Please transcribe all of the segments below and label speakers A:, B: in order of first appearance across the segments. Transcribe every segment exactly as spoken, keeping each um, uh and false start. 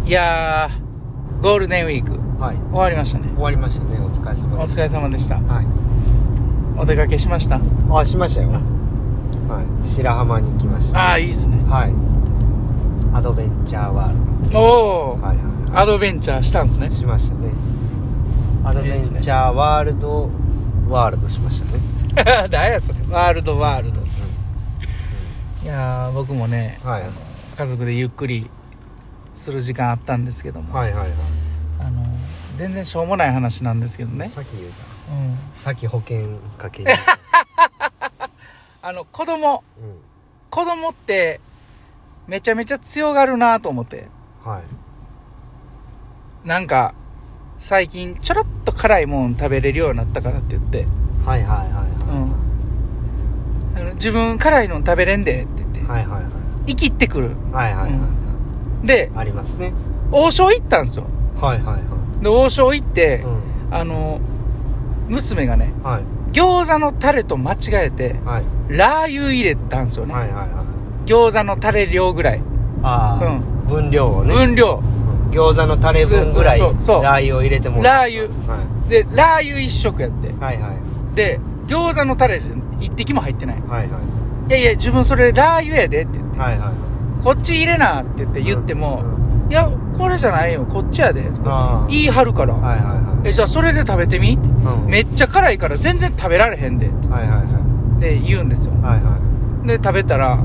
A: いやーゴールデンウィーク、はい、終わりましたね。
B: 終わりましたね。お疲れ様でした。
A: お疲れ様でした。
B: はい。
A: お出かけしました？
B: あ、しましたよ。はい。白浜に行きました。
A: ああ、いいっすね。
B: はい。アドベンチャーワールド。
A: おお、
B: はいはい、
A: アドベンチャーしたんですね。
B: しましたね。アドベンチャーワールドワールドしましたね。
A: 何やそれ、ワールドワールド、うんうん、いやー僕もね、はい、あの家族でゆっくりする時間あったんですけども、
B: はいはいはい、
A: あの全然しょうもない話なんですけどね。
B: さっき言うた、
A: うん、
B: さっき保険かけに
A: あの子供、
B: うん、
A: 子供ってめちゃめちゃ強がるなと思って、
B: はい、
A: なんか最近ちょろっと辛いもん食べれるようになったからって言って、
B: はいはいはいはい、
A: うん、あの自分辛いの食べれんでって言って、
B: はいはいはい、
A: 生きってくる、
B: はいはいはい、
A: うん、で
B: ありますね。
A: 王将行ったんですよ。
B: はいはいはい。
A: で王将行って、うん、あの娘がね、はい、餃子のタレと間違えて、はい、ラー油入れたんですよね、はいはいはい、餃子のタレ量ぐらい、
B: ああ、うん、分量をね、
A: 分量、
B: 餃子のタレ分ぐらいそうそうラー油を入れてもらう。
A: ラー油、はい、でラー油一食やって、
B: はいはい、で
A: 餃子のタレ一滴も入ってない、はいはい、いやいや自分それラー油やでって言って、はいはい、こっち入れなって言って言っても、うんうん、いやこれじゃないよこっちやでとか言い張るから、はいはいはい、えじゃあそれで食べてみって、うん、めっちゃ辛いから全然食べられへんでって、はいはいはい、で言うんですよ、はいはい、で食べたら、うん、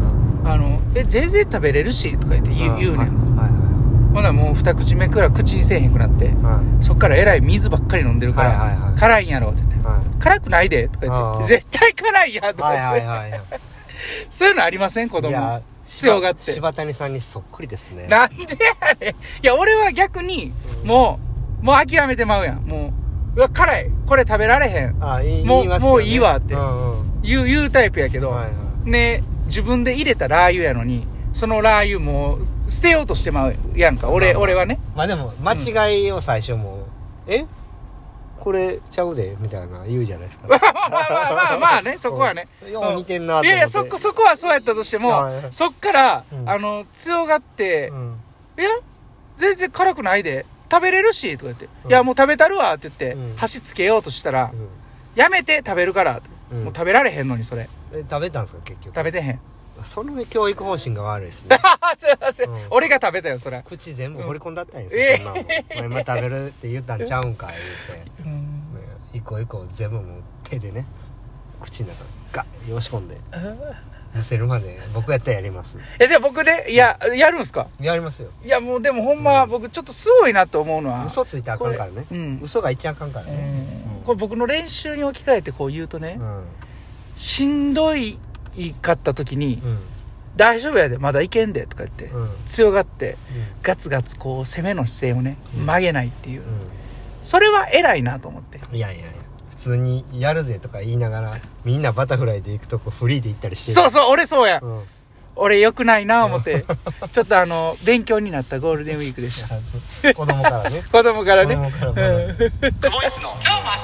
A: あのえ全然食べれるしとか言って言う、うん、言うねんか、はいはい、ほなもう二口目くらい口にせえへんくなって、はい、そっからえらい水ばっかり飲んでるから、はいはいはい、辛いんやろって言って、はい、辛くないでとか言って絶対辛いやんとか言って、はいはいはい、そういうのありません子供。いや強がって
B: 柴谷さんにそっくりですね。
A: なんでやねん。いや俺は逆にもう、うん、もう諦めてまうやん。もううわ辛いこれ食べられへん、あいいもう言いますけどね、もういいわって、うんうん、言う言うタイプやけど、はいはい、ね自分で入れたラー油やのにそのラー油もう捨てようとしてまうやんか俺、まあ、俺はね。
B: まあでも間違いを最初もう、うん、えこれちゃうでみたいな言うじゃないですか、ね、
A: まあまあまあまあねそこはね、
B: うん、よう似てんなと思って、
A: いやいやそこそこはそうやったとしても、はいはい、そっから、うん、あの強がって、うん、いや全然辛くないで食べれるしとか言って、うん、いやもう食べたるわって言って、うん、箸つけようとしたら、うん、やめて食べるから、うん、もう食べられへんのにそれ
B: え食べたんですか結局。
A: 食べてへん。
B: その教育方針が悪いですね
A: すいません、うん、俺が食べたよそれ。
B: 口全部掘り込んだったんですよ、うん、そんなもん、えー、今食べるって言ったんちゃうんか言うて、うん、一個一個全部もう手でね口の中ガッよし込んでむせるまで僕やったらやります。
A: えで僕ねいややるんすか。
B: やりますよ。
A: いやもうでもほんま、うん、僕ちょっとすごいなと思うのは
B: 嘘ついてあかんからね、うん、嘘が一番あかんからね、
A: うんうん、これ僕の練習に置き換えてこう言うとね、うん、しんどいかった時に、うん、大丈夫やでまだいけんでとか言って、うん、強がって、うん、ガツガツこう攻めの姿勢をね、うん、曲げないっていう、うん、それは偉いなと思って。
B: いやいやいや普通にやるぜとか言いながらみんなバタフライで行くとこフリーで行ったりしてる。
A: そうそう俺そうや、うん、俺良くないな思ってちょっとあの勉強になったゴールデンウィークでした
B: 子供からね
A: 子供からね子供から
B: クボイスの今日も明日もポジティブ。そんな、うん、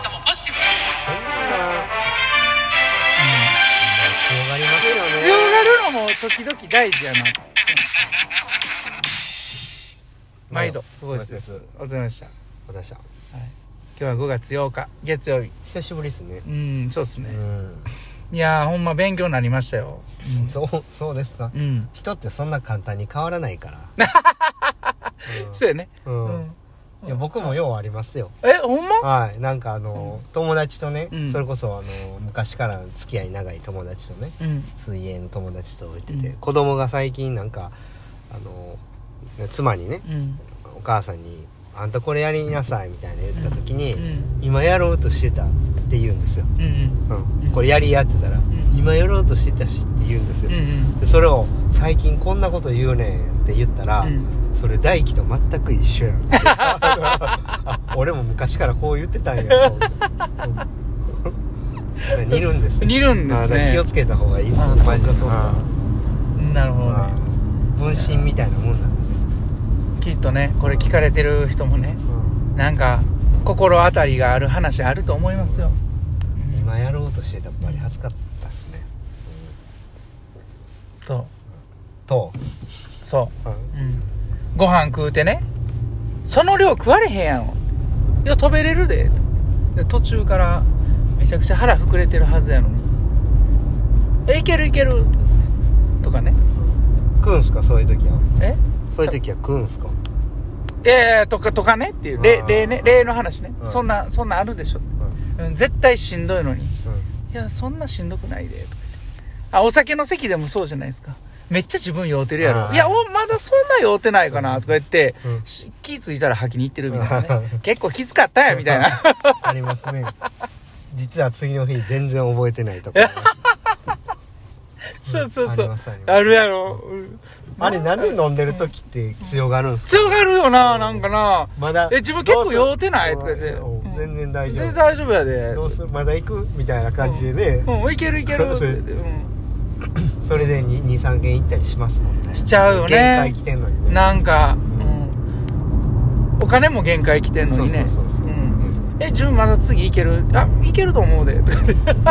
B: 強がりますよね。
A: 強がるのも時々大事やな毎度クボイスです。お疲れ様でした。
B: お疲れ様でした、はい、
A: 今日はごがつようか月曜日。
B: 久しぶりですね。
A: うんそうですね、うん、いやーほんま勉強になりましたよ、
B: うん、そうそうですか、うん、人ってそんな簡単に変わらないから
A: うん、そうやね、
B: うんうん、いや僕もようありますよ。
A: えほんま。
B: はいなんかあの、うん、友達とね、うん、それこそあの昔から付き合い長い友達とね、うん、水泳の友達と置いてて、うん、子供が最近なんかあの妻にね、うん、お母さんにあんたこれやりなさいみたいな言った時に、うん、今やろうとしてたって言うんですよ、うんうんうん、これやりやってたら、うん、今やろうとしてたしって言うんですよ、うんうん、でそれを最近こんなこと言うねんって言ったら、うん、それ大輝と全く一緒やんあ俺も昔からこう言ってたんやと、うん、似るんです
A: 似るんですね。
B: 気をつけた方がいいですよ。
A: あそうかそうかなるほどね。
B: 分身みたいなもんなんで
A: きっとねこれ聞かれてる人もね、うん、なんか心当たりがある話あると思いますよ、
B: うん、今やろうとしてたやっぱり恥ずかったっすね、
A: うん、そう
B: と
A: そう、うんうん、ご飯食うてねその量食われへんやん。いや飛べれるで。で途中からめちゃくちゃ腹膨れてるはずやのに、えいけるいけるとかね。
B: 食うんすかそういう時は。
A: え
B: そういう時は食うんすか。
A: えーとかとかねっていう例例ね例の話ね、
B: うん、
A: そんなそんなあるでしょ、うん、絶対しんどいのに、うん、いやそんなしんどくないでとか言って。あ、お酒の席でもそうじゃないですか。めっちゃ自分酔うてるやろ。いやおまだそんな酔うてないかなとか言って、うん、気付いたら吐きに行ってるみたいなね結構きつかったやみたいな
B: ありますね。実は次の日全然覚えてないとか、ね、
A: そうそうそう、あるやろ、うん、
B: あれなんで飲んでる時って強がるんすか。
A: 強がるよな、なんかな。
B: まだ
A: え自分結構酔うてないとか言って、
B: 全然大丈夫、
A: 全然大丈夫やで。
B: どうするまだ行くみたいな感じでね、
A: うん、うん、いけるいけるって言って、うん、
B: それで にさんけん行ったりしますもんね。
A: しちゃうよね。
B: 限界来てんのにね。
A: なんか、うん、お金も限界来てんのにね。
B: そうそうそうそう、うん、
A: え自分まだ次行ける。あ行けると思うでとか言って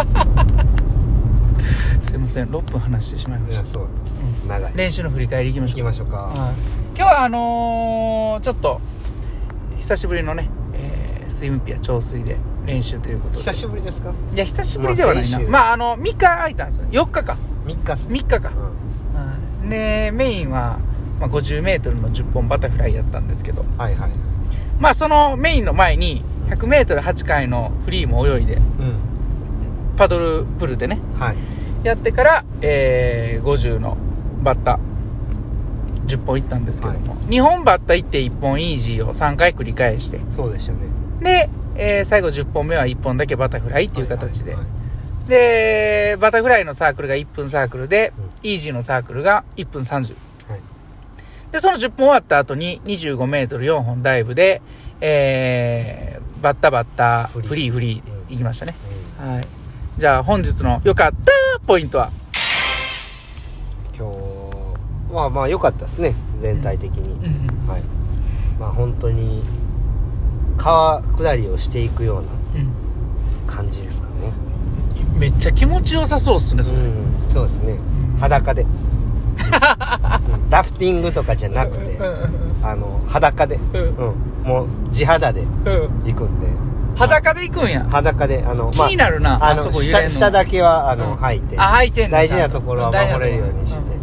A: すいませんろっぷん話してしまいました。いやそう、うん、長い。練習の振り返りいきましょう。
B: 行きましょうか、
A: はい、今日はあのー、ちょっと久しぶりのね、えー、スイムピア長水で練習ということで。
B: 久しぶりですか。
A: いや久しぶりではないな。まあ、まあ、あのみっか空いたんですよ。よっかか
B: みっかっす
A: みっかか、うん、でメインは、まあ、ごじゅうメートルのじゅっぽんバタフライやったんですけど、
B: はいはい、
A: まあそのメインの前にひゃくメートルはちかいのフリーも泳いで、うん、パドルプールでね、はい、やってから、えー、ごじゅうのバッタじゅっぽんいったんですけども、はい、にほんバッタいっていっぽんイージーをさんかい繰り返して、
B: そうでしたね。
A: で、えー、最後じゅっぽんめはいっぽんだけバタフライっていう形で、はいはいはい、でバタフライのサークルがいっぷんサークルで、うん、イージーのサークルがいっぷんさんじゅう、はい、でそのじゅっぽん終わった後ににじゅうごメートルよんほんダイブで、えー、バッタバッタフリーフリーで行きましたね、うん、はい。じゃあ本日の良かったポイントは。
B: 今日まあまあ良かったですね全体的に、うんうんうん、はい。まあ本当に川下りをしていくような感じですかね、
A: うん、めっちゃ気持ちよさそうっすねそれ、うん、
B: そうですね、裸でラフティングとかじゃなくてあの裸で、うんうん、もう地肌で行くんで、
A: 裸で行くんや。
B: 裸であの、
A: 気になるな、
B: まあ、あの下, 下だけはあの、うん、履いて、
A: あ履いてんの
B: 大事なところは守れるようにして、うん、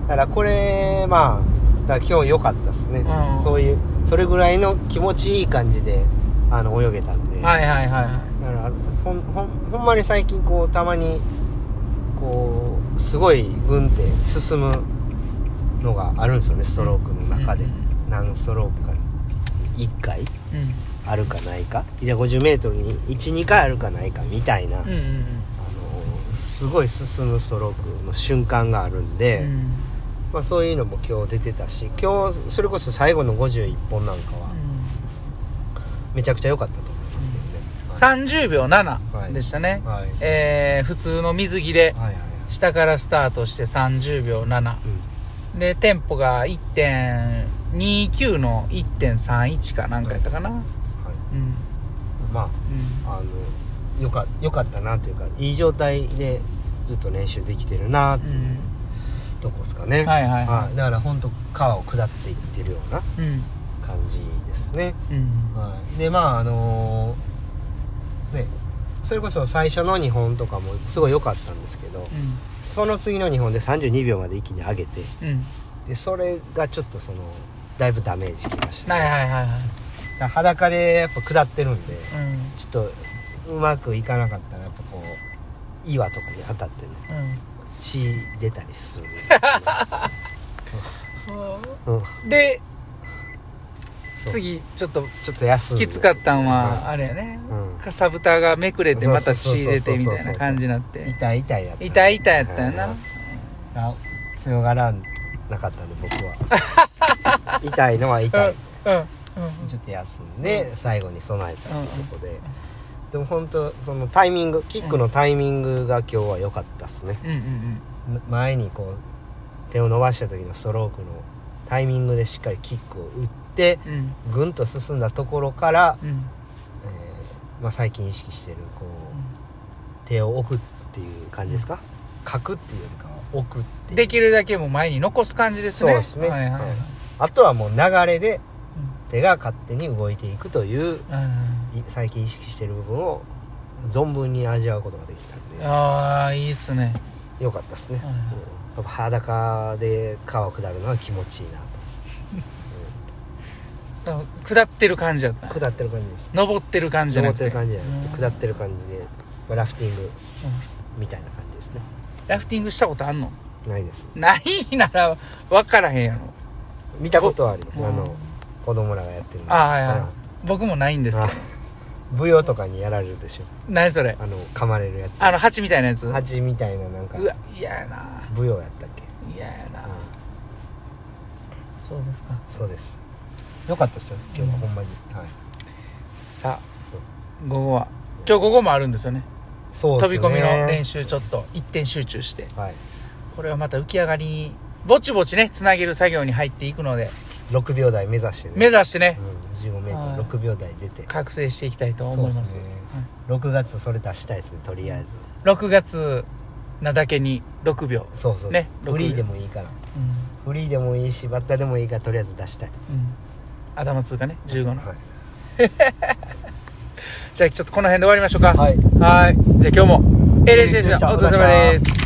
B: だからこれまあだから今日良かったですね、うん、そういうそれぐらいの気持ちいい感じであの泳げたんで、
A: はいはいはい、だから
B: ほん、ほん、ほんまに最近こうたまにこうすごいグンって進むのがあるんですよね、ストロークの中で、うん、何ストロークかいっかい、うん、あるかないか、いやごじゅうメートルにいち、にかいあるかないかみたいな、うんうんうん、あのすごい進むストロークの瞬間があるんで、うん、まあ、そういうのも今日出てたし、今日それこそ最後のごじゅういっぽんなんかはめちゃくちゃ良かったと思いますけどね、うん、はい、さんじゅうびょうななでしたね、はいはい、えー、普通の水着で下からスタートしてさんじゅうびょうなな、うん、でテンポが いってんにきゅう の いってんさんいち かなんかやったかな、はいはい、うん、まあ、うん、あのよか、よかったなというかいい状態でずっと練習できてるなっていう、うん、とこですかね、はいはいはいはい、だから本当川を下っていってるような感じですね、うん、はい、でまああのー、ねそれこそ最初のにほんとかもすごい良かったんですけど、うん、その次のにほんでさんじゅうにびょうまで一気に上げて、うん、でそれがちょっとそのだいぶダメージきました、ね、はいはいはいはい、だ裸でやっぱ下ってるんで、うん、ちょっとうまくいかなかったらやっぱこう岩とかに当たってね、うん、血出たりする、
A: うん、で次ちょっと
B: ちょっと休んで
A: きつかったんはあれやね、うん、かさぶたがめくれてまた血出てみたいな感じになって
B: 痛い痛いやった、ね、
A: 痛い痛いやったよな、うん、
B: 強がらなかったんで僕は痛いのは痛い、うんうんうん、ちょっと休んで、うん、最後に備えたっていうところで、うんうん、でも本当そのタイミングキックのタイミングが今日は良かったっすね、うんうんうん、前にこう手を伸ばした時のストロークのタイミングでしっかりキックを打って、うん、ぐんと進んだところから、うん、えーまあ、最近意識してるこう、うん、手を置くっていう感じですか、うん、かくっていうよりかは置くっていう、
A: できるだけもう前に残す感じですね。
B: そうですね、はいはいはい、あとはもう流れで手が勝手に動いていくという、うん、最近意識してる部分を存分に味わうことができたんで、
A: ああいいっすね。
B: よかったっすね、うん、裸で川を下るのは気持ちいいなと、
A: うん、下ってる感じだった。
B: 下ってる感じでした。
A: 登ってる感じじゃなくて、
B: 登ってる感じじゃなくて、下ってる感じでラフティングみたいな感じですね。
A: ラフティングしたことあんの？
B: ないです。
A: ないなら分からへんやろ。
B: 見たことはあります。あの子供らがやってるの。
A: ああ、はいはい、うん、僕もないんですけど。
B: 舞踊とかにやられるでしょ。
A: 何それ？
B: あの噛まれるやつ。
A: あの蜂みたいなやつ？
B: 蜂みたいななんか。
A: うわ嫌やな。
B: 舞踊やったっけ？
A: 嫌やな、うん、そうですか。
B: そうです。よかったですよ今日は、うん、ほんまに、はい、
A: さあ午後は今日午後もあるんですよね。
B: そうですね。
A: 飛び込みの練習ちょっと一点集中して、
B: はい、
A: これはまた浮き上がりにぼちぼちねつなげる作業に入っていくので、
B: ろくびょう台目指してね、
A: 目指してね、
B: うん、じゅうごメートルろくびょう台出て
A: 覚醒していきたいと思います。
B: そうですね、はい、ろくがつそれ出したいですね。とりあえず
A: ろくがつなだけにろくびょう、
B: そうそう
A: ね、
B: フリーでもいいから、うん、フリーでもいいしバッターでもいいからとりあえず出したい、うん、
A: 頭通過ねじゅうごの、はいじゃあちょっとこの辺で終わりましょうか。
B: はい、
A: はい、じゃあ今日も エルエーシー でした。お疲れ様です。